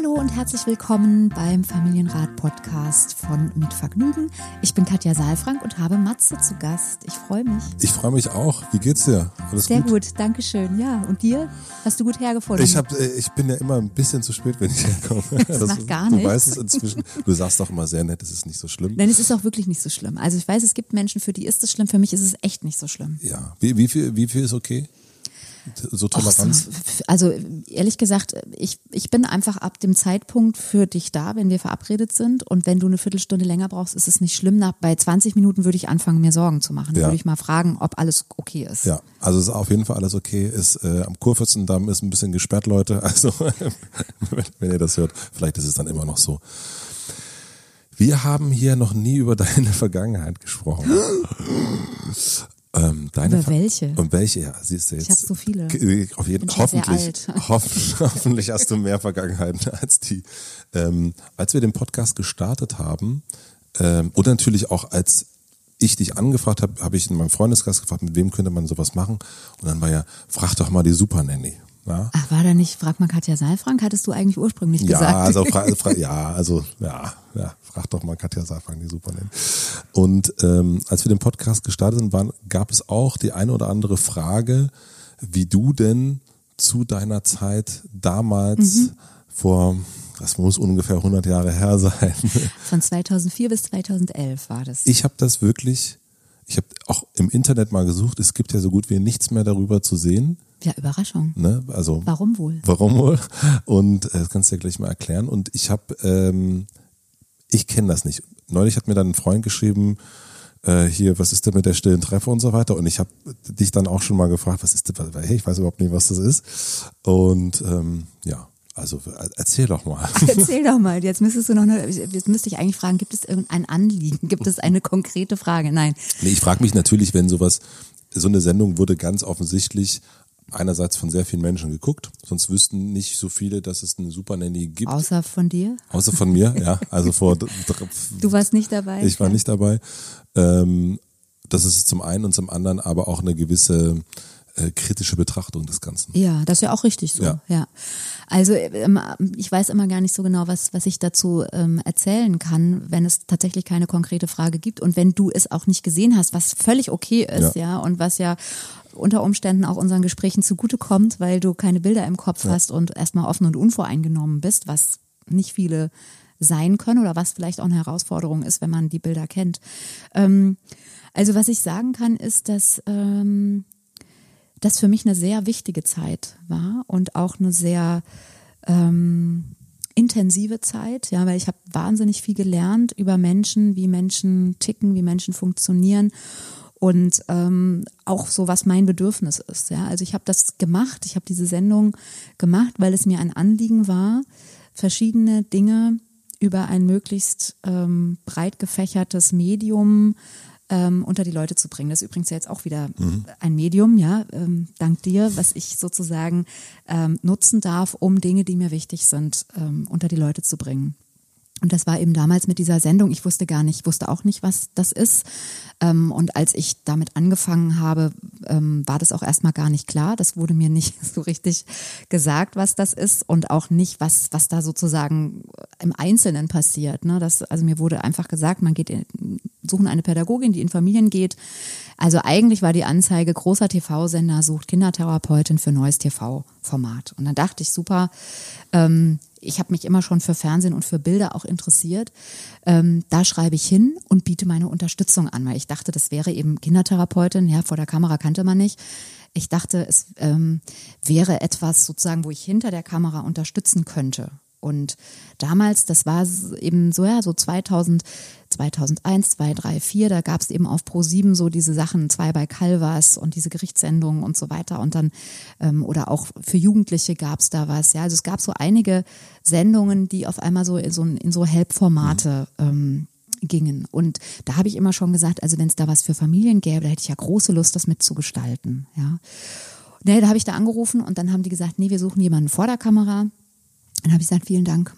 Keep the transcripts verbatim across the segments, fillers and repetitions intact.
Hallo und herzlich willkommen beim Familienrat-Podcast von Mit Vergnügen. Ich bin Katja Saalfrank und habe Matze zu Gast. Ich freue mich. Ich freue mich auch. Wie geht's dir? Alles Sehr gut? gut, danke schön. Ja, und dir? Hast du gut hergefunden? Ich, hab, ich bin ja immer ein bisschen zu spät, wenn ich herkomme. Das, das macht gar du nichts. Du weißt es inzwischen. Du sagst doch immer sehr nett, es ist nicht so schlimm. Nein, es ist auch wirklich nicht so schlimm. Also ich weiß, es gibt Menschen, für die ist es schlimm. Für mich ist es echt nicht so schlimm. Ja. Wie, wie, viel, wie viel ist okay? So Toleranz? Och, also ehrlich gesagt, ich, ich bin einfach ab dem Zeitpunkt für dich da, wenn wir verabredet sind, und wenn du eine Viertelstunde länger brauchst, ist es nicht schlimm. Nach, bei zwanzig Minuten würde ich anfangen, mir Sorgen zu machen. Da ja. würde ich mal fragen, ob alles okay ist. Ja, also es ist auf jeden Fall alles okay. Ist, äh, am Kurfürstendamm ist ein bisschen gesperrt, Leute. Also wenn, wenn ihr das hört, vielleicht ist es dann immer noch so. Wir haben hier noch nie über deine Vergangenheit gesprochen. Ähm, deine Über welche? Und welche, ja, siehst du jetzt. Ich habe so viele. Auf jeden, Bin schon hoffentlich, sehr alt. hoffentlich, hoffentlich hast du mehr Vergangenheiten als die. Ähm, als wir den Podcast gestartet haben, ähm, und natürlich auch als ich dich angefragt habe, habe ich in meinem Freundeskreis gefragt, mit wem könnte man sowas machen? Und dann war ja, frag doch mal die Supernanny. Ja? Ach, war da nicht, frag mal Katja Saalfrank, hattest du eigentlich ursprünglich Ja, gesagt? also, fra, fra, ja, also, ja, ja, frag doch mal Katja Saalfrank, die Supernanny. Und ähm, als wir den Podcast gestartet sind, waren, gab es auch die eine oder andere Frage, wie du denn zu deiner Zeit damals mhm. vor, das muss ungefähr hundert Jahre her sein. Von zweitausendvier bis zweitausendelf war das. Ich habe das wirklich, ich habe auch im Internet mal gesucht, es gibt ja so gut wie nichts mehr darüber zu sehen. Ja, Überraschung. Ne? Also, warum wohl? Warum wohl? Und äh, das kannst du dir gleich mal erklären. Und ich habe, ähm, ich kenne das nicht. Neulich hat mir dann ein Freund geschrieben, äh, hier, was ist denn mit der stillen Treppe und so weiter. Und ich habe dich dann auch schon mal gefragt, was ist denn, hey, ich weiß überhaupt nicht, was das ist. Und ähm, ja, also erzähl doch mal. Ach, erzähl doch mal. Jetzt müsstest du noch, eine, jetzt müsste ich eigentlich fragen, gibt es irgendein Anliegen? Gibt es eine konkrete Frage? Nein. Nee, ich frage mich natürlich, wenn sowas, so eine Sendung wurde ganz offensichtlich einerseits von sehr vielen Menschen geguckt, sonst wüssten nicht so viele, dass es eine Supernanny gibt. Außer von dir? Außer von mir, ja. Also vor. Du warst nicht dabei? Ich war nicht dabei. Ähm, das ist zum einen und zum anderen aber auch eine gewisse äh, kritische Betrachtung des Ganzen. Ja, das ist ja auch richtig so. Ja. ja. Also ähm, ich weiß immer gar nicht so genau, was was ich dazu ähm, erzählen kann, wenn es tatsächlich keine konkrete Frage gibt und wenn du es auch nicht gesehen hast, was völlig okay ist, ja, ja und was ja unter Umständen auch unseren Gesprächen zugutekommt, weil du keine Bilder im Kopf ja. hast und erstmal offen und unvoreingenommen bist, was nicht viele sein können oder was vielleicht auch eine Herausforderung ist, wenn man die Bilder kennt. Ähm, also was ich sagen kann, ist, dass ähm, das für mich eine sehr wichtige Zeit war und auch eine sehr ähm, intensive Zeit, ja, weil ich habe wahnsinnig viel gelernt über Menschen, wie Menschen ticken, wie Menschen funktionieren. Und ähm, auch so, was mein Bedürfnis ist. Ja, also ich habe das gemacht, ich habe diese Sendung gemacht, weil es mir ein Anliegen war, verschiedene Dinge über ein möglichst ähm, breit gefächertes Medium ähm, unter die Leute zu bringen. Das ist übrigens ja jetzt auch wieder mhm. ein Medium, ja, ähm, dank dir, was ich sozusagen ähm, nutzen darf, um Dinge, die mir wichtig sind, ähm, unter die Leute zu bringen. Und das war eben damals mit dieser Sendung, ich wusste gar nicht, wusste auch nicht, was das ist. Und als ich damit angefangen habe, war das auch erstmal gar nicht klar. Das wurde mir nicht so richtig gesagt, was das ist und auch nicht, was was da sozusagen im Einzelnen passiert. Das, also mir wurde einfach gesagt, man geht in, suchen eine Pädagogin, die in Familien geht. Also eigentlich war die Anzeige, großer T V-Sender sucht Kindertherapeutin für neues T V-Format. Und dann dachte ich, super, ähm, ich habe mich immer schon für Fernsehen und für Bilder auch interessiert. Ähm, da schreibe ich hin und biete meine Unterstützung an, weil ich dachte, das wäre eben Kindertherapeutin. Ja, vor der Kamera kannte man nicht. Ich dachte, es ähm, wäre etwas sozusagen, wo ich hinter der Kamera unterstützen könnte. Und damals, das war eben so, ja, so zweitausend, zweitausendeins, zwei, drei, vier, da gab es eben auf ProSieben so diese Sachen, zwei bei Calvas und diese Gerichtssendungen und so weiter. Und dann, ähm, oder auch für Jugendliche gab es da was. Ja, also es gab so einige Sendungen, die auf einmal so in so, in so Help-Formate ähm, gingen. Und da habe ich immer schon gesagt, also wenn es da was für Familien gäbe, da hätte ich ja große Lust, das mitzugestalten. Ja. Nee, da habe ich da angerufen und dann haben die gesagt, nee, wir suchen jemanden vor der Kamera. Dann habe ich gesagt, vielen Dank.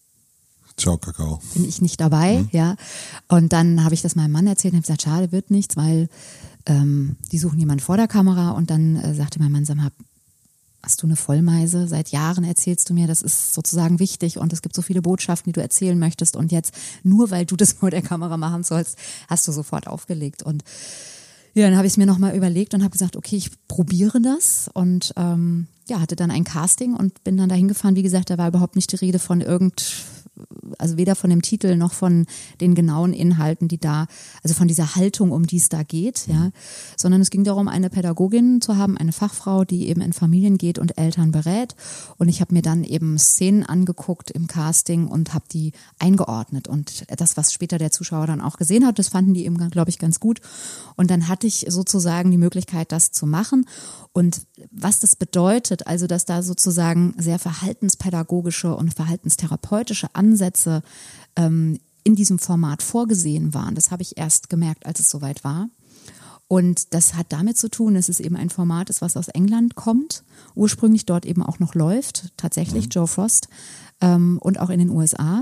Ciao, Kakao. Bin ich nicht dabei, mhm. ja. Und dann habe ich das meinem Mann erzählt und habe gesagt, schade, wird nichts, weil ähm, die suchen jemanden vor der Kamera. Und dann äh, sagte mein Mann, sag mal, hast du eine Vollmeise? Seit Jahren erzählst du mir, das ist sozusagen wichtig und es gibt so viele Botschaften, die du erzählen möchtest und jetzt, nur weil du das vor der Kamera machen sollst, hast du sofort aufgelegt. Und ja, dann habe ich es mir nochmal überlegt und habe gesagt, okay, ich probiere das und ähm, ja, hatte dann ein Casting und bin dann dahin gefahren. Wie gesagt, da war überhaupt nicht die Rede von irgend, also weder von dem Titel noch von den genauen Inhalten, die da, also von dieser Haltung, um die es da geht, ja, sondern es ging darum, eine Pädagogin zu haben, eine Fachfrau, die eben in Familien geht und Eltern berät. Und ich habe mir dann eben Szenen angeguckt im Casting und habe die eingeordnet und das, was später der Zuschauer dann auch gesehen hat, das fanden die eben, glaube ich, ganz gut. Und dann hatte ich sozusagen die Möglichkeit, das zu machen. Und was das bedeutet, also dass da sozusagen sehr verhaltenspädagogische und verhaltenstherapeutische Ansätze ähm, in diesem Format vorgesehen waren, das habe ich erst gemerkt, als es soweit war. Und das hat damit zu tun, dass es eben ein Format ist, was aus England kommt, ursprünglich dort eben auch noch läuft, tatsächlich, mhm. Joe Frost, ähm, und auch in den U S A.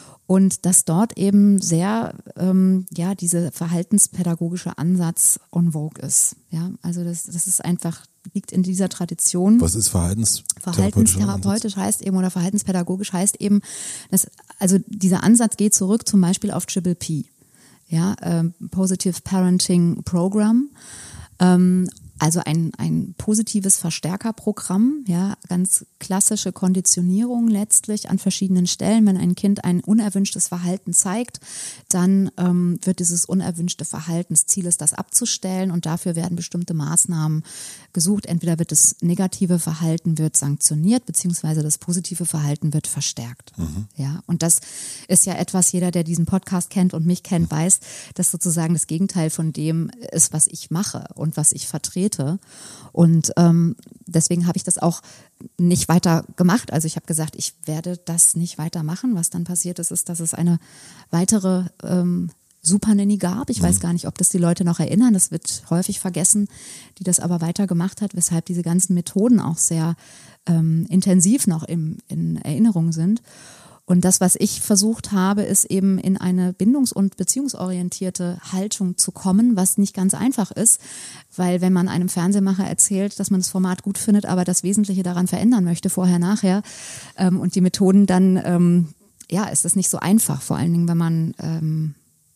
Und dass dort eben sehr, ähm, ja, dieser verhaltenspädagogische Ansatz on vogue ist. Ja, also das, das ist einfach, liegt in dieser Tradition. Was ist verhaltenstherapeutisch? Verhaltenstherapeutisch heißt eben, oder verhaltenspädagogisch heißt eben, dass, also dieser Ansatz geht zurück zum Beispiel auf Triple P. Ja, ähm, Positive Parenting Program. Ähm, Also ein, ein positives Verstärkerprogramm, ja, ganz klassische Konditionierung letztlich an verschiedenen Stellen. Wenn ein Kind ein unerwünschtes Verhalten zeigt, dann ähm, wird dieses unerwünschte Verhaltensziel ist, das abzustellen und dafür werden bestimmte Maßnahmen gesucht. Entweder wird das negative Verhalten wird sanktioniert, beziehungsweise das positive Verhalten wird verstärkt. Mhm. Ja, und das ist ja etwas, jeder, der diesen Podcast kennt und mich kennt, weiß, dass sozusagen das Gegenteil von dem ist, was ich mache und was ich vertrete. Und ähm, deswegen habe ich das auch nicht weiter gemacht. Also ich habe gesagt, ich werde das nicht weitermachen. Was dann passiert ist, ist, dass es eine weitere ähm, Super Nanny gab. Ich weiß gar nicht, ob das die Leute noch erinnern. Das wird häufig vergessen, die das aber weiter gemacht hat, weshalb diese ganzen Methoden auch sehr ähm, intensiv noch im, in Erinnerung sind. Und das, was ich versucht habe, ist eben in eine bindungs- und beziehungsorientierte Haltung zu kommen, was nicht ganz einfach ist, weil wenn man einem Fernsehmacher erzählt, dass man das Format gut findet, aber das Wesentliche daran verändern möchte, vorher, nachher, ähm, und die Methoden, dann ähm, ja, ist das nicht so einfach, vor allen Dingen, wenn man, ähm,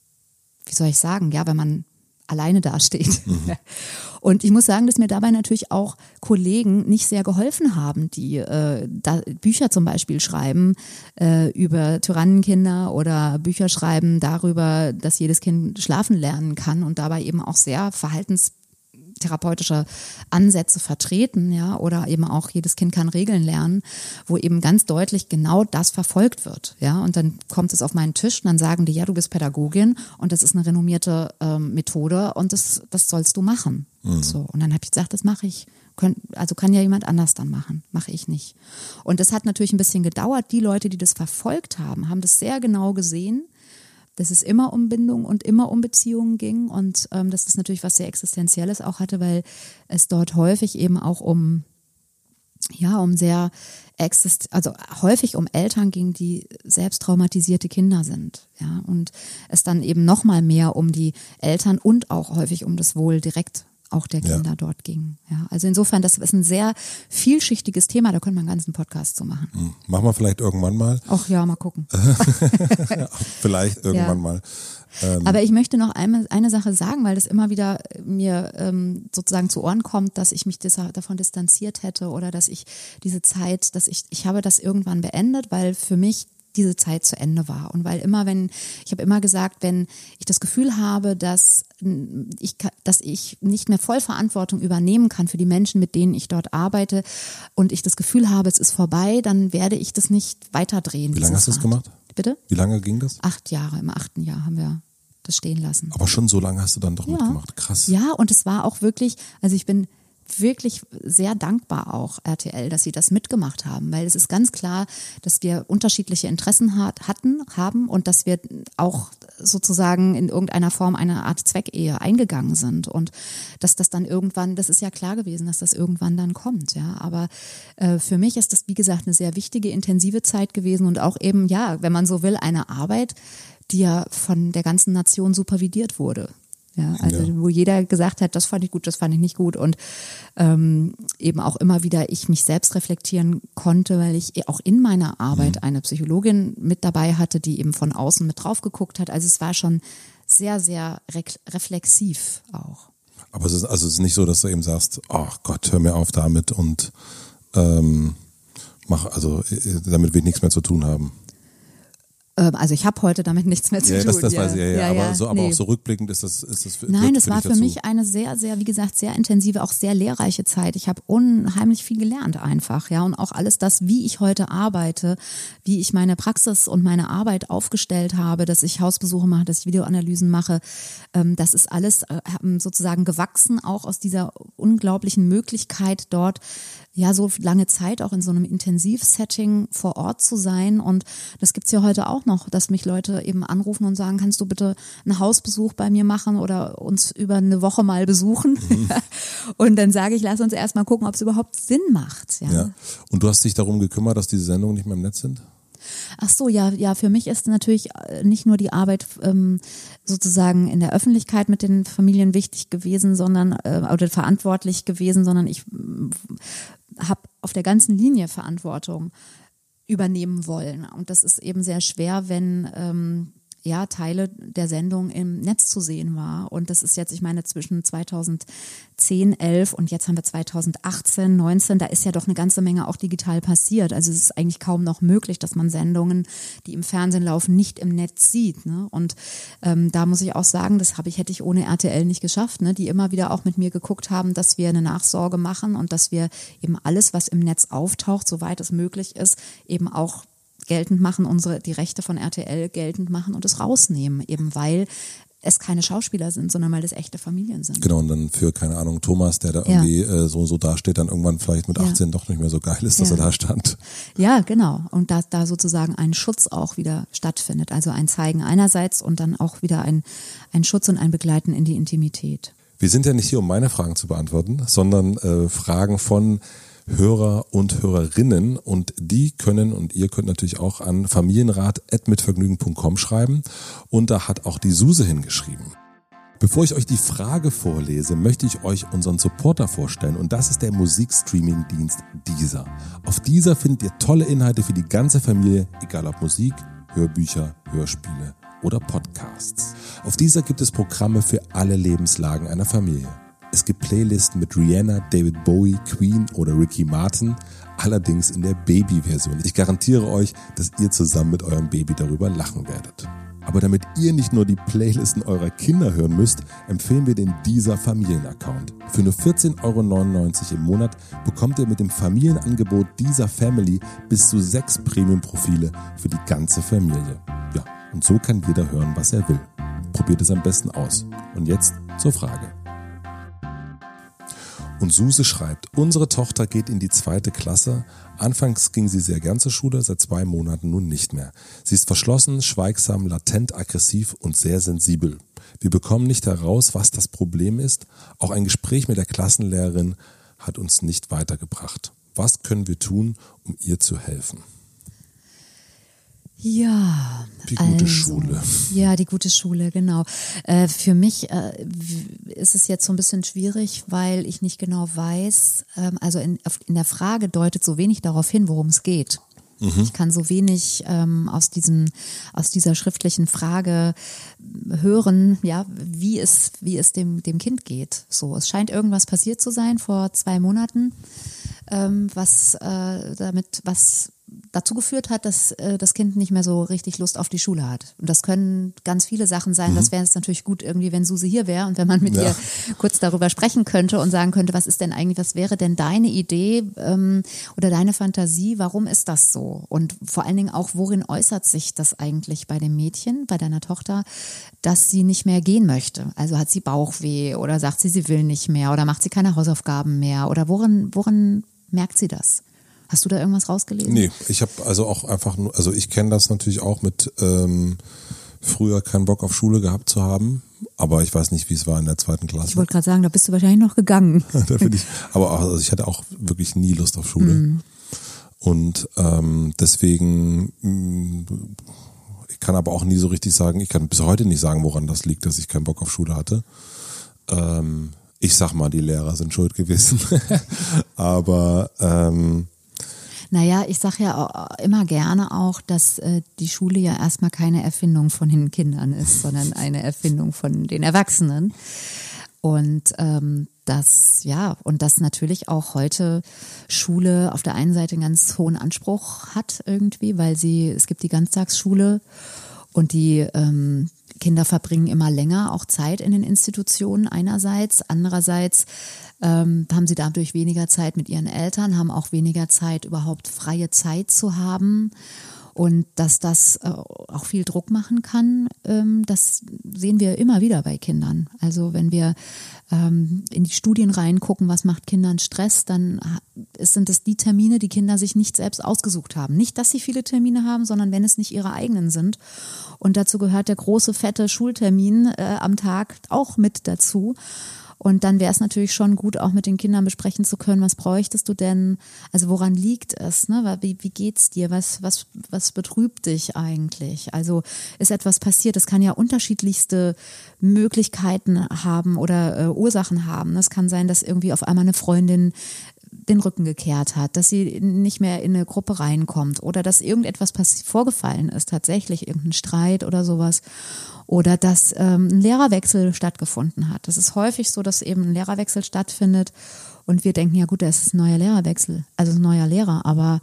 wie soll ich sagen, ja, wenn man alleine dasteht. Mhm. Und ich muss sagen, dass mir dabei natürlich auch Kollegen nicht sehr geholfen haben, die äh, da Bücher zum Beispiel schreiben äh, über Tyrannenkinder oder Bücher schreiben darüber, dass jedes Kind schlafen lernen kann und dabei eben auch sehr verhaltenstherapeutische Ansätze vertreten, ja, oder eben auch jedes Kind kann Regeln lernen, wo eben ganz deutlich genau das verfolgt wird, ja, und dann kommt es auf meinen Tisch und dann sagen die, ja, du bist Pädagogin und das ist eine renommierte ähm, Methode und das, das sollst du machen. Mhm. So, und dann habe ich gesagt, das mache ich. Also kann ja jemand anders dann machen, mache ich nicht. Und das hat natürlich ein bisschen gedauert. Die Leute, die das verfolgt haben, haben das sehr genau gesehen, dass es immer um Bindung und immer um Beziehungen ging und ähm, dass das natürlich was sehr Existenzielles auch hatte, weil es dort häufig eben auch um, ja, um sehr exist, also häufig um Eltern ging, die selbst traumatisierte Kinder sind, ja, und es dann eben noch mal mehr um die Eltern und auch häufig um das Wohl direkt auch der Kinder ja. dort ging. Ja, also insofern, das ist ein sehr vielschichtiges Thema, da können wir einen ganzen Podcast zu machen. Hm. Machen wir vielleicht irgendwann mal. Ach ja, mal gucken. Vielleicht irgendwann ja. mal. Ähm. Aber ich möchte noch eine, eine Sache sagen, weil das immer wieder mir ähm, sozusagen zu Ohren kommt, dass ich mich dis- davon distanziert hätte oder dass ich diese Zeit, dass ich, ich habe das irgendwann beendet, weil für mich diese Zeit zu Ende war. Und weil immer, wenn, ich habe immer gesagt, wenn ich das Gefühl habe, dass ich, dass ich nicht mehr voll Verantwortung übernehmen kann für die Menschen, mit denen ich dort arbeite und ich das Gefühl habe, es ist vorbei, dann werde ich das nicht weiterdrehen. Wie lange hast du das gemacht? Bitte? Wie lange ging das? Acht Jahre. Im achten Jahr haben wir das stehen lassen. Aber schon so lange hast du dann doch ja. mitgemacht. Krass. Ja, und es war auch wirklich, also ich bin wirklich sehr dankbar auch R T L, dass sie das mitgemacht haben, weil es ist ganz klar, dass wir unterschiedliche Interessen hat, hatten, haben und dass wir auch sozusagen in irgendeiner Form eine Art Zweckehe eingegangen sind und dass das dann irgendwann, das ist ja klar gewesen, dass das irgendwann dann kommt, ja, aber äh, für mich ist das, wie gesagt, eine sehr wichtige, intensive Zeit gewesen und auch eben, ja, wenn man so will, eine Arbeit, die ja von der ganzen Nation supervidiert wurde. Ja, also ja. wo jeder gesagt hat, das fand ich gut, das fand ich nicht gut und ähm, eben auch immer wieder ich mich selbst reflektieren konnte, weil ich auch in meiner Arbeit mhm. eine Psychologin mit dabei hatte, die eben von außen mit drauf geguckt hat. Also es war schon sehr, sehr re- reflexiv auch. Aber es ist also es ist nicht so, dass du eben sagst, ach Gott, hör mir auf damit und ähm, mach, also damit will ich nichts mehr zu tun haben. Also ich habe heute damit nichts mehr zu ja, tun. Das, das ja. weiß ich, ja, ja. ja, aber, ja so, aber nee. auch so rückblickend ist das, ist das für, Nein, das für war für dazu. mich eine sehr, sehr, wie gesagt, sehr intensive, auch sehr lehrreiche Zeit. Ich habe unheimlich viel gelernt einfach, ja, und auch alles das, wie ich heute arbeite, wie ich meine Praxis und meine Arbeit aufgestellt habe, dass ich Hausbesuche mache, dass ich Videoanalysen mache, das ist alles sozusagen gewachsen, auch aus dieser unglaublichen Möglichkeit dort, ja, so lange Zeit auch in so einem Intensivsetting vor Ort zu sein. Und das gibt's ja heute auch noch, dass mich Leute eben anrufen und sagen, kannst du bitte einen Hausbesuch bei mir machen oder uns über eine Woche mal besuchen? Mhm. Und dann sage ich, lass uns erst mal gucken, ob es überhaupt Sinn macht. Ja. ja. Und du hast dich darum gekümmert, dass diese Sendungen nicht mehr im Netz sind? Ach so, ja, ja, für mich ist natürlich nicht nur die Arbeit ähm, sozusagen in der Öffentlichkeit mit den Familien wichtig gewesen, sondern äh, oder verantwortlich gewesen, sondern ich äh, habe auf der ganzen Linie Verantwortung übernehmen wollen. Und das ist eben sehr schwer, wenn ähm, ja Teile der Sendung im Netz zu sehen war. Und das ist jetzt, ich meine, zwischen zweitausendzehn, elf und jetzt haben wir zweitausendachtzehn, neunzehn, da ist ja doch eine ganze Menge auch digital passiert. Also es ist eigentlich kaum noch möglich, dass man Sendungen, die im Fernsehen laufen, nicht im Netz sieht. Ne? Und ähm, da muss ich auch sagen, das habe ich, hätte ich ohne R T L nicht geschafft, ne? Die immer wieder auch mit mir geguckt haben, dass wir eine Nachsorge machen und dass wir eben alles, was im Netz auftaucht, soweit es möglich ist, eben auch geltend machen, unsere die Rechte von R T L geltend machen und es rausnehmen, eben weil es keine Schauspieler sind, sondern weil das echte Familien sind. Genau, und dann für, keine Ahnung, Thomas, der da irgendwie ja. äh, so so dasteht, dann irgendwann vielleicht mit achtzehn ja. doch nicht mehr so geil ist, dass ja. er da stand. Ja, genau. Und dass da sozusagen ein Schutz auch wieder stattfindet. Also ein Zeigen einerseits und dann auch wieder ein, ein Schutz und ein Begleiten in die Intimität. Wir sind ja nicht hier, um meine Fragen zu beantworten, sondern äh, Fragen von Hörer und Hörerinnen und die können und ihr könnt natürlich auch an familienrat at mitvergnügen punkt com schreiben und da hat auch die Suse hingeschrieben. Bevor ich euch die Frage vorlese, möchte ich euch unseren Supporter vorstellen und das ist der Musikstreaming-Dienst Deezer. Auf Deezer findet ihr tolle Inhalte für die ganze Familie, egal ob Musik, Hörbücher, Hörspiele oder Podcasts. Auf Deezer gibt es Programme für alle Lebenslagen einer Familie. Es gibt Playlisten mit Rihanna, David Bowie, Queen oder Ricky Martin, allerdings in der Baby-Version. Ich garantiere euch, dass ihr zusammen mit eurem Baby darüber lachen werdet. Aber damit ihr nicht nur die Playlisten eurer Kinder hören müsst, empfehlen wir den Deezer Familienaccount. Für nur vierzehn Euro neunundneunzig im Monat bekommt ihr mit dem Familienangebot Deezer Family bis zu sechs Premium-Profile für die ganze Familie. Ja, und so kann jeder hören, was er will. Probiert es am besten aus. Und jetzt zur Frage. Und Suse schreibt, unsere Tochter geht in die zweite Klasse. Anfangs ging sie sehr gern zur Schule, seit zwei Monaten nun nicht mehr. Sie ist verschlossen, schweigsam, latent aggressiv und sehr sensibel. Wir bekommen nicht heraus, was das Problem ist. Auch ein Gespräch mit der Klassenlehrerin hat uns nicht weitergebracht. Was können wir tun, um ihr zu helfen? Ja, die gute also, Schule. Ja, die gute Schule, genau. Äh, für mich äh, ist es jetzt so ein bisschen schwierig, weil ich nicht genau weiß, ähm, also in, in der Frage deutet so wenig darauf hin, worum es geht. Mhm. Ich kann so wenig ähm, aus diesem, aus dieser schriftlichen Frage hören, ja, wie es, wie es dem, dem Kind geht. So, es scheint irgendwas passiert zu sein vor zwei Monaten, ähm, was äh, damit, was dazu geführt hat, dass äh, das Kind nicht mehr so richtig Lust auf die Schule hat. Und das können ganz viele Sachen sein. Mhm. Das wäre jetzt natürlich gut irgendwie, wenn Susi hier wäre und wenn man mit ja. ihr kurz darüber sprechen könnte und sagen könnte, was ist denn eigentlich, was wäre denn deine Idee ähm, oder deine Fantasie, warum ist das so? Und vor allen Dingen auch, worin äußert sich das eigentlich bei dem Mädchen, bei deiner Tochter, dass sie nicht mehr gehen möchte? Also hat sie Bauchweh oder sagt sie, sie will nicht mehr oder macht sie keine Hausaufgaben mehr oder worin, worin merkt sie das? Hast du da irgendwas rausgelesen? Nee, ich habe also auch einfach nur, also ich kenne das natürlich auch mit ähm, früher keinen Bock auf Schule gehabt zu haben, aber ich weiß nicht, wie es war in der zweiten Klasse. Ich wollte gerade sagen, da bist du wahrscheinlich noch gegangen. da bin ich, aber auch, also ich hatte auch wirklich nie Lust auf Schule. Mm. Und ähm, deswegen, Ich kann aber auch nie so richtig sagen, ich kann bis heute nicht sagen, woran das liegt, dass ich keinen Bock auf Schule hatte. Ähm, ich sag mal, die Lehrer sind schuld gewesen. aber ähm, Naja, ich sage ja auch immer gerne auch, dass äh, die Schule ja erstmal keine Erfindung von den Kindern ist, sondern eine Erfindung von den Erwachsenen. Und ähm, das, ja, und dass natürlich auch heute Schule auf der einen Seite einen ganz hohen Anspruch hat irgendwie, weil sie, es gibt die Ganztagsschule und die ähm, Kinder verbringen immer länger auch Zeit in den Institutionen einerseits, andererseits ähm, haben sie dadurch weniger Zeit mit ihren Eltern, haben auch weniger Zeit, überhaupt freie Zeit zu haben. Und dass das äh, auch viel Druck machen kann, ähm, das sehen wir immer wieder bei Kindern. Also wenn wir ähm, in die Studien reingucken, was macht Kindern Stress, dann sind es die Termine, die Kinder sich nicht selbst ausgesucht haben. Nicht, dass sie viele Termine haben, sondern wenn es nicht ihre eigenen sind. Und dazu gehört der große, fette Schultermin äh, am Tag auch mit dazu. Und dann wäre es natürlich schon gut, auch mit den Kindern besprechen zu können, was bräuchtest du denn, also woran liegt es, ne? Wie, wie geht's dir, was, was, was betrübt dich eigentlich? Also ist etwas passiert, es kann ja unterschiedlichste Möglichkeiten haben oder äh, Ursachen haben. Es kann sein, dass irgendwie auf einmal eine Freundin den Rücken gekehrt hat, dass sie nicht mehr in eine Gruppe reinkommt oder dass irgendetwas pass- vorgefallen ist, tatsächlich irgendein Streit oder sowas. Oder dass ähm, ein Lehrerwechsel stattgefunden hat. Das ist häufig so, dass eben ein Lehrerwechsel stattfindet und wir denken, ja gut, das ist ein neuer Lehrerwechsel, also ein neuer Lehrer. Aber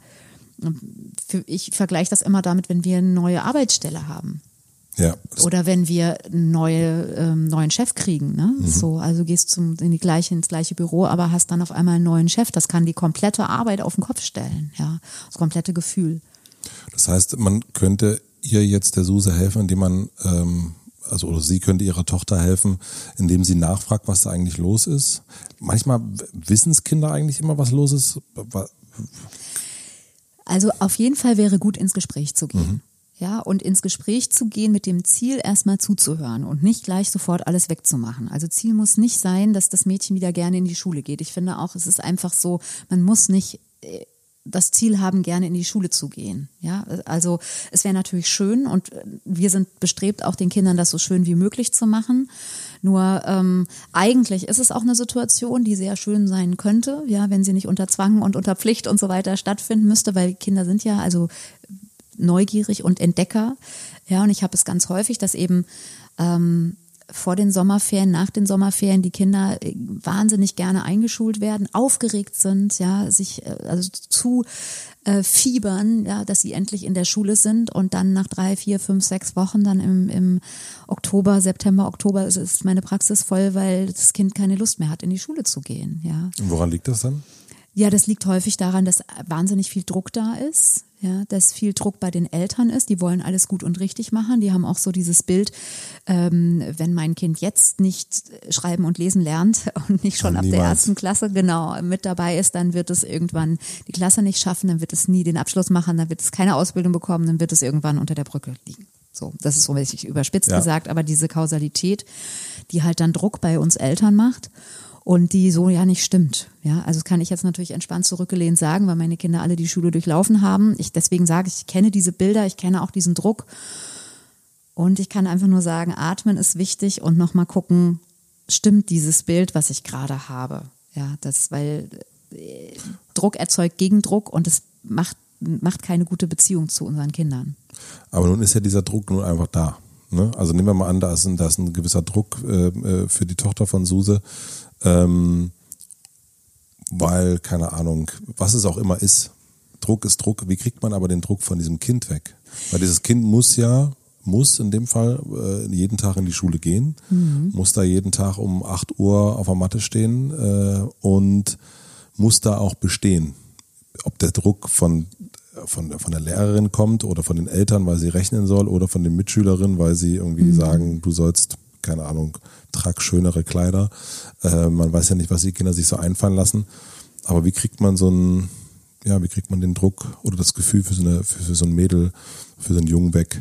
für, ich vergleiche das immer damit, wenn wir eine neue Arbeitsstelle haben. Ja. Oder wenn wir einen neue, ähm, neuen Chef kriegen. Ne? Mhm. So, also gehst zum, in die gleiche, ins gleiche Büro, aber hast dann auf einmal einen neuen Chef. Das kann die komplette Arbeit auf den Kopf stellen. Ja, das komplette Gefühl. Das heißt, man könnte ihr jetzt der Suse helfen, indem man, ähm, also oder sie könnte ihrer Tochter helfen, indem sie nachfragt, was da eigentlich los ist. Manchmal wissen es Kinder eigentlich immer, was los ist. Also auf jeden Fall wäre gut, ins Gespräch zu gehen. Mhm. Ja, und ins Gespräch zu gehen mit dem Ziel, erstmal zuzuhören und nicht gleich sofort alles wegzumachen. Also Ziel muss nicht sein, dass das Mädchen wieder gerne in die Schule geht. Ich finde auch, es ist einfach so, man muss nicht das Ziel haben, gerne in die Schule zu gehen. Ja, also es wäre natürlich schön und wir sind bestrebt, auch den Kindern das so schön wie möglich zu machen. Nur ähm, eigentlich ist es auch eine Situation, die sehr schön sein könnte, ja, wenn sie nicht unter Zwang und unter Pflicht und so weiter stattfinden müsste, weil Kinder sind ja also neugierig und Entdecker. Ja, und ich habe es ganz häufig, dass eben ähm, vor den Sommerferien, nach den Sommerferien die Kinder wahnsinnig gerne eingeschult werden, aufgeregt sind, ja, sich also zu äh, fiebern, ja, dass sie endlich in der Schule sind und dann nach drei, vier, fünf, sechs Wochen dann im, im Oktober, September, Oktober ist, ist meine Praxis voll, weil das Kind keine Lust mehr hat, in die Schule zu gehen, ja. Und woran liegt das dann? Ja, das liegt häufig daran, dass wahnsinnig viel Druck da ist, ja, dass viel Druck bei den Eltern ist. Die wollen alles gut und richtig machen. Die haben auch so dieses Bild, ähm, wenn mein Kind jetzt nicht schreiben und lesen lernt und nicht schon ja, ab niemals. der ersten Klasse genau mit dabei ist, dann wird es irgendwann die Klasse nicht schaffen, dann wird es nie den Abschluss machen, dann wird es keine Ausbildung bekommen, dann wird es irgendwann unter der Brücke liegen. So, das ist so richtig überspitzt ja. gesagt, aber diese Kausalität, die halt dann Druck bei uns Eltern macht. Und die so ja nicht stimmt. Ja, also das kann ich jetzt natürlich entspannt zurückgelehnt sagen, weil meine Kinder alle die Schule durchlaufen haben. Ich deswegen sage ich, ich kenne diese Bilder, ich kenne auch diesen Druck. Und ich kann einfach nur sagen, atmen ist wichtig und nochmal gucken, stimmt dieses Bild, was ich gerade habe. Ja, das, weil äh, Druck erzeugt Gegendruck und es macht, macht keine gute Beziehung zu unseren Kindern. Aber nun ist ja dieser Druck nun einfach da. Ne? Also nehmen wir mal an, da ist ein, da ist ein gewisser Druck äh, für die Tochter von Suse. Ähm, weil, keine Ahnung, was es auch immer ist, Druck ist Druck, wie kriegt man aber den Druck von diesem Kind weg? Weil dieses Kind muss ja, muss in dem Fall äh, jeden Tag in die Schule gehen, mhm. muss da jeden Tag um acht Uhr auf der Matte stehen äh, und muss da auch bestehen. Ob der Druck von, von, von der Lehrerin kommt oder von den Eltern, weil sie rechnen soll, oder von den Mitschülerinnen, weil sie irgendwie mhm. sagen, du sollst, keine Ahnung, trag schönere Kleider. Äh, man weiß ja nicht, was die Kinder sich so einfallen lassen. Aber wie kriegt man so einen, ja, wie kriegt man den Druck oder das Gefühl für so, eine, für, für so ein Mädel, für so einen Jungen weg?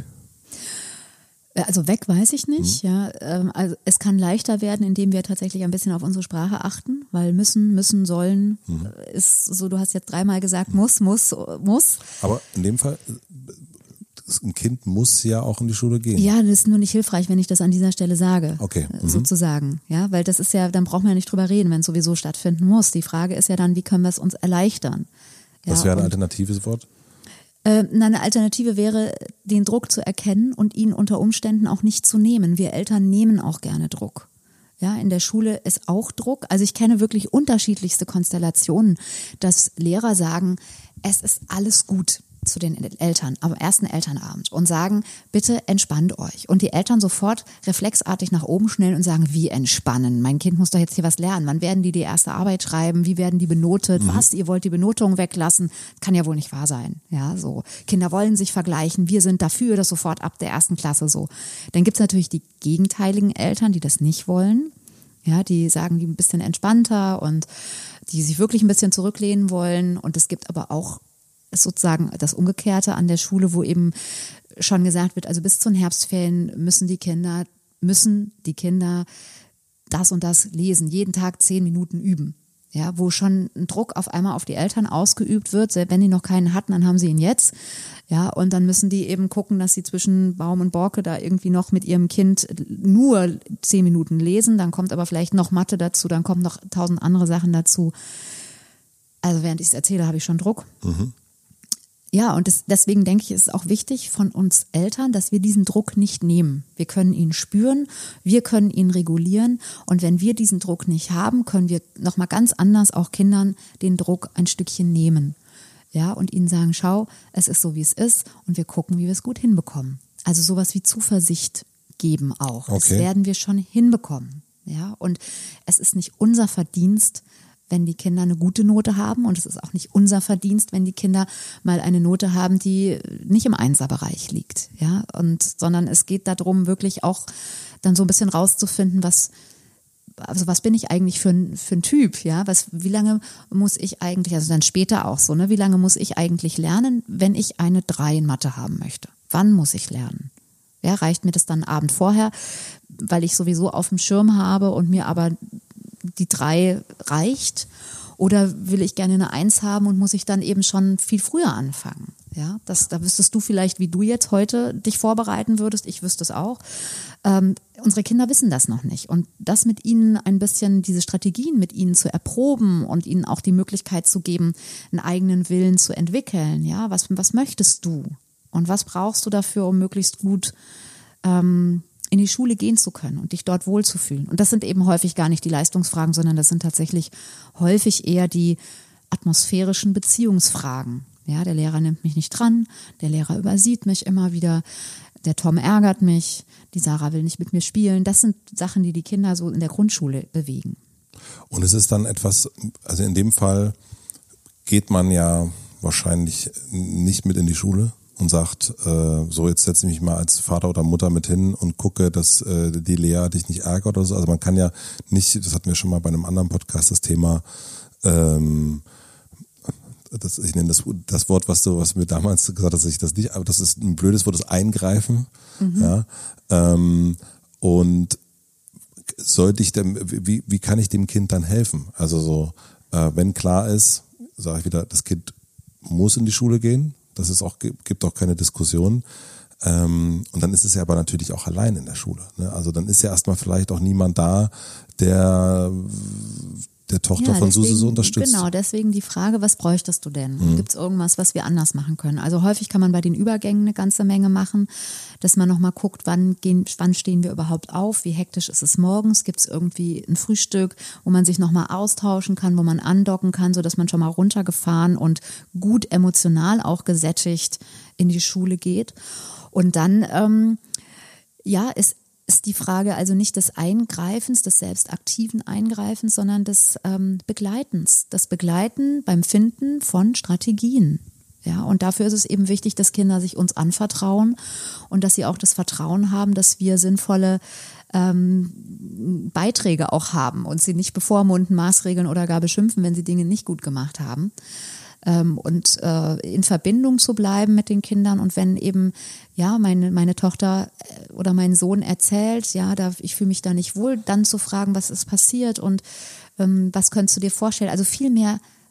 Also weg weiß ich nicht. Mhm. Ja, also es kann leichter werden, indem wir tatsächlich ein bisschen auf unsere Sprache achten, weil müssen, müssen, sollen mhm. ist so. Du hast jetzt dreimal gesagt, muss, muss, muss. Aber in dem Fall ein Kind muss ja auch in die Schule gehen. Ja, das ist nur nicht hilfreich, wenn ich das an dieser Stelle sage. Okay. Mhm. Sozusagen. Ja, weil das ist ja, dann brauchen wir ja nicht drüber reden, wenn es sowieso stattfinden muss. Die Frage ist ja dann, wie können wir es uns erleichtern? Ja, was wäre ein und, alternatives Wort? Äh, eine Alternative wäre, den Druck zu erkennen und ihn unter Umständen auch nicht zu nehmen. Wir Eltern nehmen auch gerne Druck. Ja, in der Schule ist auch Druck. Also ich kenne wirklich unterschiedlichste Konstellationen, dass Lehrer sagen, es ist alles gut zu den Eltern am ersten Elternabend und sagen, bitte entspannt euch. Und die Eltern sofort reflexartig nach oben schnellen und sagen, wie entspannen? Mein Kind muss doch jetzt hier was lernen. Wann werden die die erste Arbeit schreiben? Wie werden die benotet? Mhm. Was? Ihr wollt die Benotung weglassen? Kann ja wohl nicht wahr sein. Ja, so. Kinder wollen sich vergleichen. Wir sind dafür, das sofort ab der ersten Klasse so. Dann gibt's natürlich die gegenteiligen Eltern, die das nicht wollen. Ja, die sagen, die ein bisschen entspannter und die sich wirklich ein bisschen zurücklehnen wollen. Und es gibt aber auch ist sozusagen das Umgekehrte an der Schule, wo eben schon gesagt wird, also bis zu den Herbstferien müssen die Kinder, müssen die Kinder das und das lesen, jeden Tag zehn Minuten üben. Ja, wo schon ein Druck auf einmal auf die Eltern ausgeübt wird, wenn die noch keinen hatten, dann haben sie ihn jetzt. Ja, und dann müssen die eben gucken, dass sie zwischen Baum und Borke da irgendwie noch mit ihrem Kind nur zehn Minuten lesen, dann kommt aber vielleicht noch Mathe dazu, dann kommen noch tausend andere Sachen dazu. Also während ich es erzähle, habe ich schon Druck. Mhm. Ja, und das, deswegen denke ich, ist es auch wichtig von uns Eltern, dass wir diesen Druck nicht nehmen. Wir können ihn spüren, wir können ihn regulieren und wenn wir diesen Druck nicht haben, können wir nochmal ganz anders auch Kindern den Druck ein Stückchen nehmen. Ja, und ihnen sagen, schau, es ist so, wie es ist und wir gucken, wie wir es gut hinbekommen. Also sowas wie Zuversicht geben auch. Okay. Das werden wir schon hinbekommen. Ja, und es ist nicht unser Verdienst, wenn die Kinder eine gute Note haben und es ist auch nicht unser Verdienst, wenn die Kinder mal eine Note haben, die nicht im Einserbereich liegt, ja, und sondern es geht darum, wirklich auch dann so ein bisschen rauszufinden, was also was bin ich eigentlich für ein für ein Typ, ja, was wie lange muss ich eigentlich, also dann später auch so, ne, wie lange muss ich eigentlich lernen, wenn ich eine drei in Mathe haben möchte? Wann muss ich lernen? Ja, reicht mir das dann Abend vorher, weil ich sowieso auf dem Schirm habe und mir aber die drei reicht? Oder will ich gerne eine Eins haben und muss ich dann eben schon viel früher anfangen? Ja, das, da wüsstest du vielleicht, wie du jetzt heute dich vorbereiten würdest. Ich wüsste es auch. Ähm, unsere Kinder wissen das noch nicht. Und das mit ihnen ein bisschen, diese Strategien mit ihnen zu erproben und ihnen auch die Möglichkeit zu geben, einen eigenen Willen zu entwickeln. Ja, was, was möchtest du? Und was brauchst du dafür, um möglichst gut ähm, in die Schule gehen zu können und dich dort wohlzufühlen. Und das sind eben häufig gar nicht die Leistungsfragen, sondern das sind tatsächlich häufig eher die atmosphärischen Beziehungsfragen. Ja, der Lehrer nimmt mich nicht dran, der Lehrer übersieht mich immer wieder, der Tom ärgert mich, die Sarah will nicht mit mir spielen. Das sind Sachen, die die Kinder so in der Grundschule bewegen. Und es ist dann etwas, also in dem Fall geht man ja wahrscheinlich nicht mit in die Schule und sagt, äh, so jetzt setze ich mich mal als Vater oder Mutter mit hin und gucke, dass äh, die Lea dich nicht ärgert oder so. Also man kann ja nicht, das hatten wir schon mal bei einem anderen Podcast, das Thema, ähm, das, ich nenne das, das Wort, was du, was mir damals gesagt hast, dass ich das nicht, aber das ist ein blödes Wort, das Eingreifen. Mhm. Ja, ähm, und sollte ich dem, wie, wie kann ich dem Kind dann helfen? Also so, äh, wenn klar ist, sage ich wieder, das Kind muss in die Schule gehen. Das ist auch, gibt auch keine Diskussion. Ähm, und dann ist es ja aber natürlich auch allein in der Schule. Ne? Also dann ist ja erstmal vielleicht auch niemand da, der der Tochter ja, von deswegen, Suse so unterstützt. Genau, deswegen die Frage, was bräuchtest du denn? Mhm. Gibt es irgendwas, was wir anders machen können? Also häufig kann man bei den Übergängen eine ganze Menge machen, dass man nochmal guckt, wann, gehen, wann stehen wir überhaupt auf, wie hektisch ist es morgens, gibt es irgendwie ein Frühstück, wo man sich nochmal austauschen kann, wo man andocken kann, sodass man schon mal runtergefahren und gut emotional auch gesättigt in die Schule geht. Und dann, ähm, ja, ist ist die Frage also nicht des Eingreifens, des selbstaktiven Eingreifens, sondern des ähm, Begleitens, das Begleiten beim Finden von Strategien. Ja, und dafür ist es eben wichtig, dass Kinder sich uns anvertrauen und dass sie auch das Vertrauen haben, dass wir sinnvolle ähm, Beiträge auch haben und sie nicht bevormunden, maßregeln oder gar beschimpfen, wenn sie Dinge nicht gut gemacht haben. Und äh, in Verbindung zu bleiben mit den Kindern und wenn eben ja meine meine Tochter oder mein Sohn erzählt, ja, da ich fühle mich da nicht wohl, dann zu fragen, was ist passiert und ähm, was könntest du dir vorstellen? Also viel mehr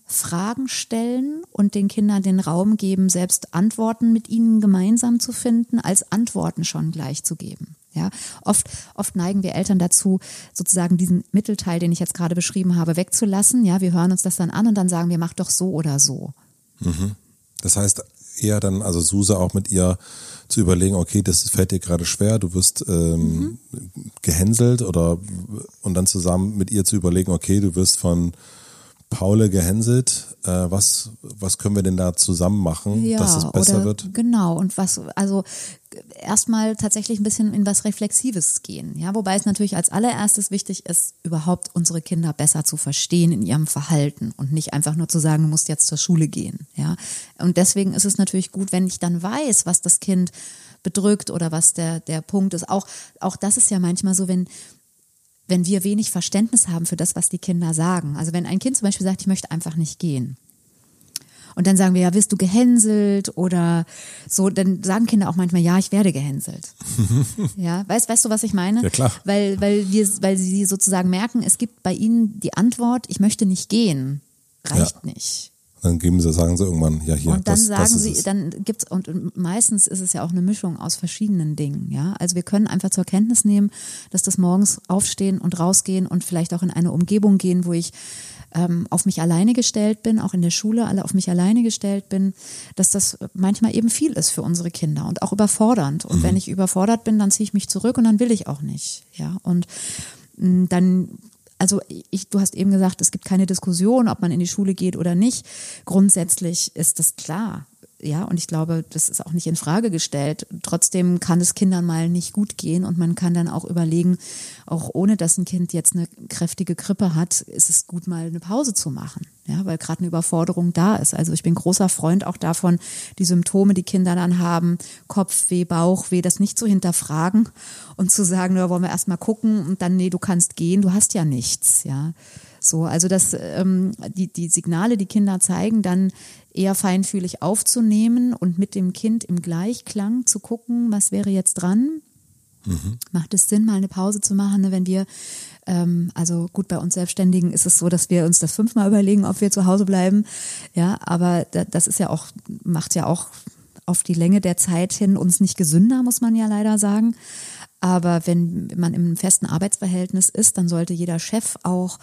Fragen stellen und den Kindern den Raum geben, selbst Antworten mit ihnen gemeinsam zu finden, als Antworten schon gleich zu geben. Ja, oft, oft neigen wir Eltern dazu, sozusagen diesen Mittelteil, den ich jetzt gerade beschrieben habe, wegzulassen. Ja, wir hören uns das dann an und dann sagen wir, mach doch so oder so. Mhm. Das heißt eher dann, also Suse auch mit ihr zu überlegen, okay, das fällt dir gerade schwer, du wirst ähm, mhm. gehänselt oder und dann zusammen mit ihr zu überlegen, okay, du wirst von Paule gehänselt, äh, was, was können wir denn da zusammen machen, ja, dass es besser oder, wird? Genau, und was, also erstmal tatsächlich ein bisschen in was Reflexives gehen, ja, wobei es natürlich als allererstes wichtig ist, überhaupt unsere Kinder besser zu verstehen in ihrem Verhalten und nicht einfach nur zu sagen, du musst jetzt zur Schule gehen, ja. Und deswegen ist es natürlich gut, wenn ich dann weiß, was das Kind bedrückt oder was der, der Punkt ist. Auch, auch das ist ja manchmal so, wenn wenn wir wenig Verständnis haben für das, was die Kinder sagen. Also wenn ein Kind zum Beispiel sagt, ich möchte einfach nicht gehen. Und dann sagen wir, ja, wirst du gehänselt oder so, dann sagen Kinder auch manchmal, ja, ich werde gehänselt. Ja, weißt, weißt du, was ich meine? Ja, klar. Weil, weil wir, weil sie sozusagen merken, es gibt bei ihnen die Antwort, ich möchte nicht gehen, reicht ja. nicht. Dann geben sie, sagen sie irgendwann, ja hier. Und dann das, sagen das sie, es. dann gibt's und meistens ist es ja auch eine Mischung aus verschiedenen Dingen, ja. Also wir können einfach zur Kenntnis nehmen, dass das morgens aufstehen und rausgehen und vielleicht auch in eine Umgebung gehen, wo ich ähm, auf mich alleine gestellt bin, auch in der Schule alle auf mich alleine gestellt bin, dass das manchmal eben viel ist für unsere Kinder und auch überfordernd. Und mhm. wenn ich überfordert bin, dann ziehe ich mich zurück und dann will ich auch nicht, ja. Und mh, dann Also ich, du hast eben gesagt, es gibt keine Diskussion, ob man in die Schule geht oder nicht. Grundsätzlich ist das klar, ja, und ich glaube, das ist auch nicht in Frage gestellt. Trotzdem kann es Kindern mal nicht gut gehen und man kann dann auch überlegen, auch ohne dass ein Kind jetzt eine kräftige Grippe hat, ist es gut, mal eine Pause zu machen, ja, weil gerade eine Überforderung da ist. Also ich bin großer Freund auch davon, die Symptome, die Kinder dann haben, Kopfweh, Bauchweh, das nicht zu hinterfragen und zu sagen, da wollen wir erst mal gucken und dann, nee, du kannst gehen, du hast ja nichts, ja. So, also das, ähm, die, die Signale, die Kinder zeigen, dann eher feinfühlig aufzunehmen und mit dem Kind im Gleichklang zu gucken, was wäre jetzt dran? Mhm. Macht es Sinn, mal eine Pause zu machen, ne, wenn wir, ähm, also gut, bei uns Selbstständigen ist es so, dass wir uns das fünfmal überlegen, ob wir zu Hause bleiben, ja, aber das ist ja auch, macht ja auch auf die Länge der Zeit hin uns nicht gesünder, muss man ja leider sagen. Aber wenn man im festen Arbeitsverhältnis ist, dann sollte jeder Chef auch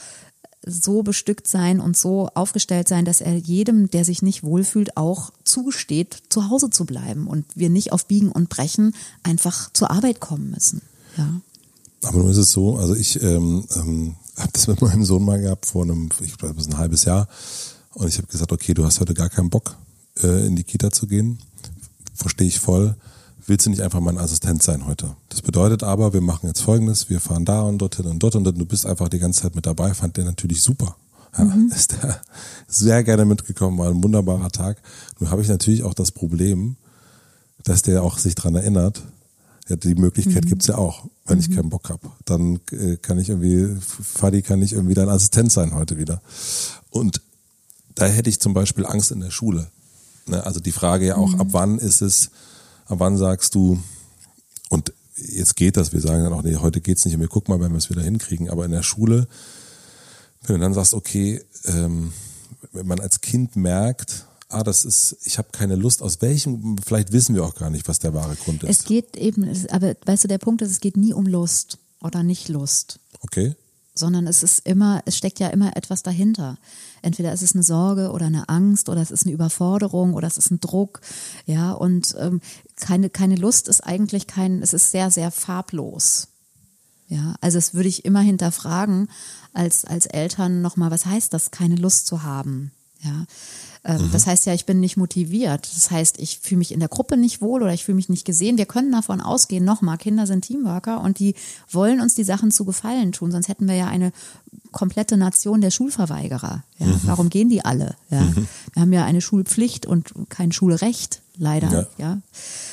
so bestückt sein und so aufgestellt sein, dass er jedem, der sich nicht wohlfühlt, auch zugesteht, zu Hause zu bleiben und wir nicht auf Biegen und Brechen einfach zur Arbeit kommen müssen. Ja. Aber nun ist es so, also ich ähm, ähm, habe das mit meinem Sohn mal gehabt vor einem, ich glaube, das ist ein halbes Jahr und ich habe gesagt, okay, du hast heute gar keinen Bock, äh, in die Kita zu gehen, verstehe ich voll. Willst du nicht einfach mein Assistent sein heute? Das bedeutet aber, wir machen jetzt Folgendes, wir fahren da und dorthin und dort und du bist einfach die ganze Zeit mit dabei, fand der natürlich super. Ja, mhm. Ist der sehr gerne mitgekommen, war ein wunderbarer Tag. Nun habe ich natürlich auch das Problem, dass der auch sich dran erinnert, ja, die Möglichkeit mhm. gibt's ja auch, wenn mhm. ich keinen Bock habe. Dann äh, kann ich irgendwie, Fadi, kann ich irgendwie dein Assistent sein heute wieder. Und da hätte ich zum Beispiel Angst in der Schule. Ne? Also die Frage ja auch, mhm. ab wann ist es, ab wann sagst du, und jetzt geht das, wir sagen dann auch, nee, heute geht's nicht, und wir gucken mal, wenn wir es wieder hinkriegen, aber in der Schule, wenn du dann sagst, okay, ähm, wenn man als Kind merkt, ah, das ist, ich habe keine Lust, aus welchem, vielleicht wissen wir auch gar nicht, was der wahre Grund ist. Es geht eben, aber weißt du, der Punkt ist, es geht nie um Lust oder nicht Lust. Okay. Sondern es ist immer, es steckt ja immer etwas dahinter. Entweder ist es eine Sorge oder eine Angst oder es ist eine Überforderung oder es ist ein Druck, ja, und ähm, keine, keine Lust ist eigentlich kein, es ist sehr, sehr farblos. Ja, also das würde ich immer hinterfragen als, als Eltern nochmal, was heißt das, keine Lust zu haben, ja. Ähm, mhm. Das heißt ja, ich bin nicht motiviert. Das heißt, ich fühle mich in der Gruppe nicht wohl oder ich fühle mich nicht gesehen. Wir können davon ausgehen, nochmal, Kinder sind Teamworker und die wollen uns die Sachen zu Gefallen tun. Sonst hätten wir ja eine komplette Nation der Schulverweigerer. Ja? Mhm. Warum gehen die alle? Ja? Mhm. Wir haben ja eine Schulpflicht und kein Schulrecht, leider. Ja. Ja?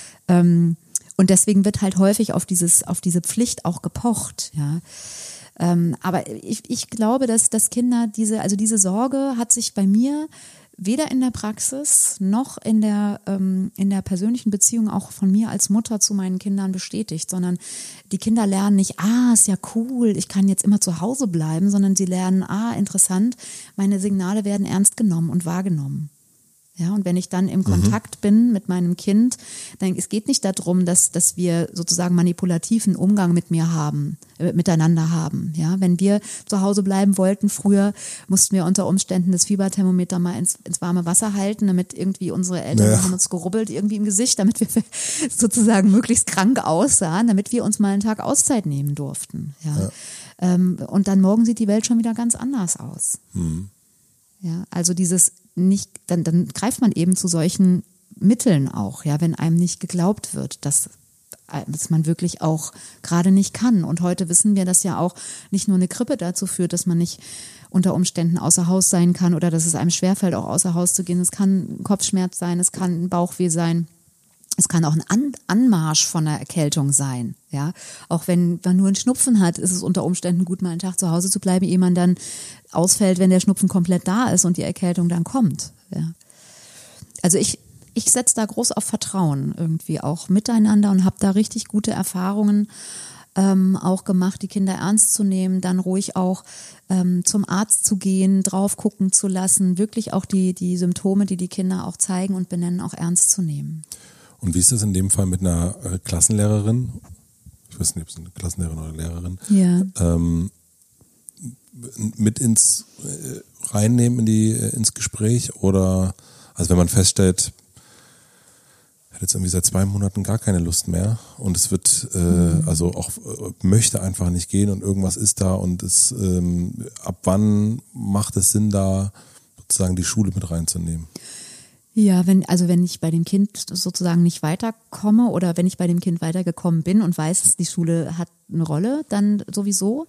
Ähm, und deswegen wird halt häufig auf dieses, auf diese Pflicht auch gepocht. Ja? Ähm, aber ich, ich glaube, dass, dass Kinder diese, also diese Sorge hat sich bei mir weder in der Praxis noch in der, ähm, in der persönlichen Beziehung auch von mir als Mutter zu meinen Kindern bestätigt, sondern die Kinder lernen nicht, ah, ist ja cool, ich kann jetzt immer zu Hause bleiben, sondern sie lernen, ah, interessant, meine Signale werden ernst genommen und wahrgenommen. Ja, und wenn ich dann im Kontakt mhm. bin mit meinem Kind, dann es geht nicht darum, dass dass wir sozusagen manipulativen Umgang mit mir haben, äh, miteinander haben. Ja, wenn wir zu Hause bleiben wollten, früher mussten wir unter Umständen das Fieberthermometer mal ins, ins warme Wasser halten, damit irgendwie unsere Eltern naja. haben uns gerubbelt irgendwie im Gesicht, damit wir sozusagen möglichst krank aussahen, damit wir uns mal einen Tag Auszeit nehmen durften. Ja, ja. Ähm, und dann morgen sieht die Welt schon wieder ganz anders aus. Mhm. Ja, also dieses nicht, dann, dann greift man eben zu solchen Mitteln auch, ja, wenn einem nicht geglaubt wird, dass, dass man wirklich auch gerade nicht kann. Und heute wissen wir, dass ja auch nicht nur eine Grippe dazu führt, dass man nicht unter Umständen außer Haus sein kann oder dass es einem schwerfällt, auch außer Haus zu gehen. Es kann ein Kopfschmerz sein, es kann ein Bauchweh sein. Es kann auch ein An- Anmarsch von einer Erkältung sein, ja. Auch wenn man nur einen Schnupfen hat, ist es unter Umständen gut, mal einen Tag zu Hause zu bleiben, ehe man dann ausfällt, wenn der Schnupfen komplett da ist und die Erkältung dann kommt, ja. Also ich, ich setze da groß auf Vertrauen irgendwie auch miteinander und habe da richtig gute Erfahrungen ähm, auch gemacht, die Kinder ernst zu nehmen, dann ruhig auch ähm, zum Arzt zu gehen, drauf gucken zu lassen, wirklich auch die, die Symptome, die die Kinder auch zeigen und benennen, auch ernst zu nehmen. Und wie ist das in dem Fall mit einer äh, Klassenlehrerin? Ich weiß nicht, ob es eine Klassenlehrerin oder Lehrerin. Ja. Ähm, mit ins äh, reinnehmen in die äh, ins Gespräch oder also wenn man feststellt, er hat jetzt irgendwie seit zwei Monaten gar keine Lust mehr und es wird äh, mhm. also auch äh, möchte einfach nicht gehen und irgendwas ist da und es ähm, ab wann macht es Sinn, da sozusagen die Schule mit reinzunehmen? Ja, wenn, also wenn ich bei dem Kind sozusagen nicht weiterkomme oder wenn ich bei dem Kind weitergekommen bin und weiß, die Schule hat eine Rolle, dann sowieso.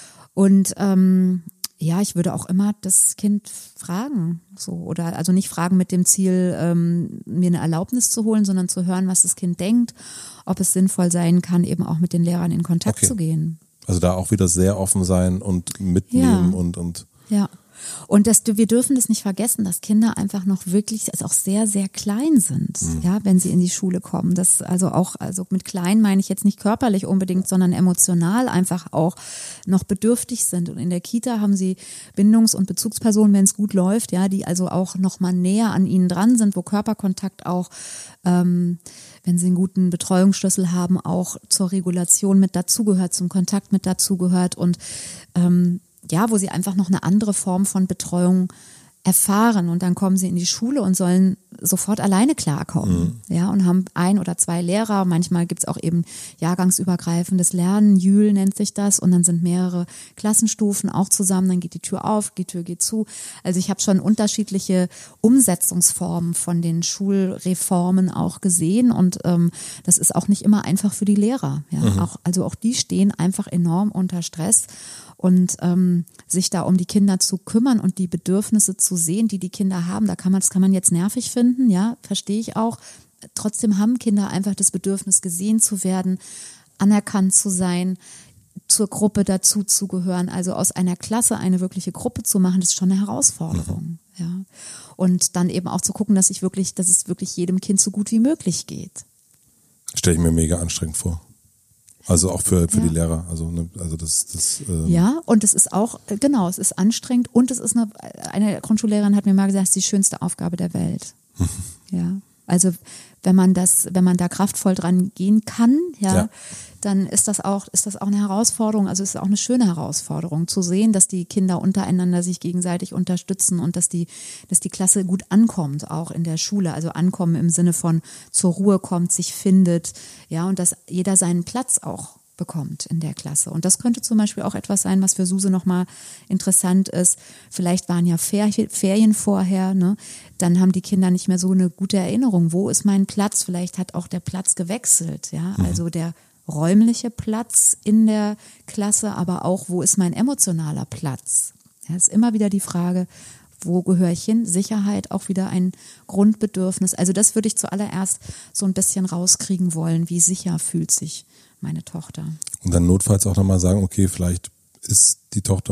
Und ähm, ja, ich würde auch immer das Kind fragen, so oder also nicht fragen mit dem Ziel, ähm, mir eine Erlaubnis zu holen, sondern zu hören, was das Kind denkt, ob es sinnvoll sein kann, eben auch mit den Lehrern in Kontakt okay. zu gehen. Also da auch wieder sehr offen sein und mitnehmen ja. und und ja. Und das, wir dürfen das nicht vergessen, dass Kinder einfach noch wirklich, also auch sehr, sehr klein sind, mhm. ja, wenn sie in die Schule kommen. Das also auch, also mit klein meine ich jetzt nicht körperlich unbedingt, sondern emotional einfach auch noch bedürftig sind. Und in der Kita haben sie Bindungs- und Bezugspersonen, wenn es gut läuft, ja, die also auch noch mal näher an ihnen dran sind, wo Körperkontakt auch, ähm, wenn sie einen guten Betreuungsschlüssel haben, auch zur Regulation mit dazugehört, zum Kontakt mit dazugehört und ähm, ja, wo sie einfach noch eine andere Form von Betreuung erfahren und dann kommen sie in die Schule und sollen sofort alleine klarkommen, mhm. ja, und haben ein oder zwei Lehrer, manchmal gibt's auch eben jahrgangsübergreifendes Lernen, Jül nennt sich das und dann sind mehrere Klassenstufen auch zusammen, dann geht die Tür auf, die Tür geht zu, also ich habe schon unterschiedliche Umsetzungsformen von den Schulreformen auch gesehen und ähm, das ist auch nicht immer einfach für die Lehrer, ja, mhm. auch, also auch die stehen einfach enorm unter Stress. Und ähm, sich da um die Kinder zu kümmern und die Bedürfnisse zu sehen, die die Kinder haben, da kann man, das kann man jetzt nervig finden, ja, verstehe ich auch. Trotzdem haben Kinder einfach das Bedürfnis, gesehen zu werden, anerkannt zu sein, zur Gruppe dazuzugehören. Also aus einer Klasse eine wirkliche Gruppe zu machen, das ist schon eine Herausforderung, mhm. ja. Und dann eben auch zu gucken, dass ich wirklich, dass es wirklich jedem Kind so gut wie möglich geht. Stelle ich mir mega anstrengend vor. Also auch für, für ja. die Lehrer. Also, ne, also das, das ähm ja, und es ist auch, genau, es ist anstrengend und es ist eine, eine Grundschullehrerin hat mir mal gesagt, es ist die schönste Aufgabe der Welt. ja. Also wenn man das, wenn man da kraftvoll dran gehen kann, ja, ja, dann ist das auch, ist das auch eine Herausforderung. Also es ist auch eine schöne Herausforderung zu sehen, dass die Kinder untereinander sich gegenseitig unterstützen und dass die, dass die Klasse gut ankommt, auch in der Schule. Also ankommen im Sinne von zur Ruhe kommt, sich findet, ja, und dass jeder seinen Platz auch bekommt in der Klasse. Und das könnte zum Beispiel auch etwas sein, was für Suse nochmal interessant ist. Vielleicht waren ja Ferien vorher, ne? Dann haben die Kinder nicht mehr so eine gute Erinnerung. Wo ist mein Platz? Vielleicht hat auch der Platz gewechselt, ja. Mhm. Also der räumliche Platz in der Klasse, aber auch, wo ist mein emotionaler Platz? Ja, ist immer wieder die Frage, wo gehöre ich hin? Sicherheit, auch wieder ein Grundbedürfnis. Also das würde ich zuallererst so ein bisschen rauskriegen wollen. Wie sicher fühlt sich meine Tochter? Und dann notfalls auch nochmal sagen, okay, vielleicht ist die Tochter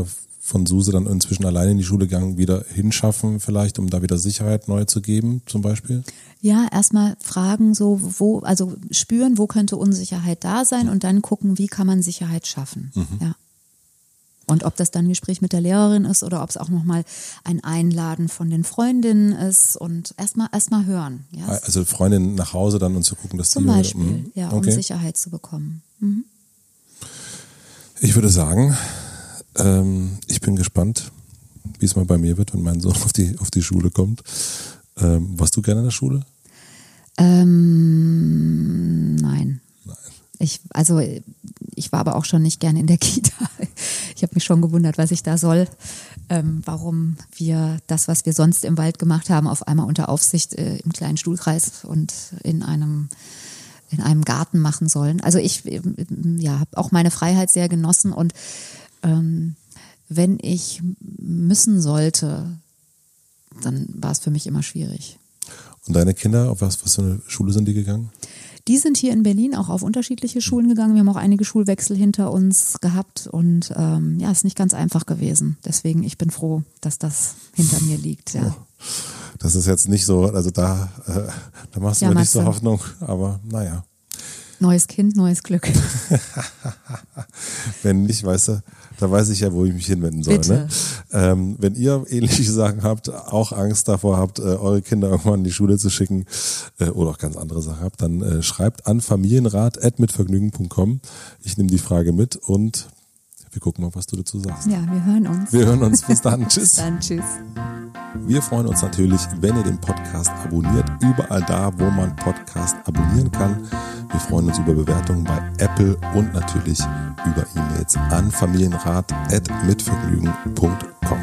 von Suse dann inzwischen alleine in die Schule gegangen, wieder hinschaffen vielleicht, um da wieder Sicherheit neu zu geben zum Beispiel? Ja, erstmal fragen so, wo, also spüren, wo könnte Unsicherheit da sein und dann gucken, wie kann man Sicherheit schaffen. Mhm. Ja. Und ob das dann ein Gespräch mit der Lehrerin ist oder ob es auch nochmal ein Einladen von den Freundinnen ist und erstmal erstmal hören. Ja. Also Freundinnen nach Hause dann und zu gucken, dass Zum die... Beispiel, mh, ja, um okay. Sicherheit zu bekommen. Mhm. Ich würde sagen, ähm, ich bin gespannt, wie es mal bei mir wird, wenn mein Sohn auf die, auf die Schule kommt. Ähm, warst du gerne in der Schule? Ähm, nein. Nein. Ich, also ich war aber auch schon nicht gerne in der Kita. Ich habe mich schon gewundert, was ich da soll, ähm, warum wir das, was wir sonst im Wald gemacht haben, auf einmal unter Aufsicht äh, im kleinen Stuhlkreis und in einem in einem Garten machen sollen. Also ich ja, habe auch meine Freiheit sehr genossen und ähm, wenn ich müssen sollte, dann war es für mich immer schwierig. Und deine Kinder, auf was, was für eine Schule sind die gegangen? Die sind hier in Berlin auch auf unterschiedliche Schulen gegangen. Wir haben auch einige Schulwechsel hinter uns gehabt und ähm, ja, ist nicht ganz einfach gewesen. Deswegen, ich bin froh, dass das hinter mir liegt. Ja. Das ist jetzt nicht so, also da, äh, da machst du ja, mir nicht so du. Hoffnung, aber naja. Neues Kind, neues Glück. Wenn nicht, weißt du, da weiß ich ja, wo ich mich hinwenden soll. Bitte. Ne? Ähm, wenn ihr ähnliche Sachen habt, auch Angst davor habt, äh, eure Kinder irgendwann in die Schule zu schicken äh, oder auch ganz andere Sachen habt, dann äh, schreibt an familienrat at mitvergnügen punkt com. Ich nehme die Frage mit und wir gucken mal, was du dazu sagst. Ja, wir hören uns. Wir hören uns. Bis dann. Tschüss. Bis dann. Tschüss. Wir freuen uns natürlich, wenn ihr den Podcast abonniert, überall da, wo man Podcast abonnieren kann. Wir freuen uns über Bewertungen bei Apple und natürlich über E-Mails an familienrat at mitvergnügen punkt com.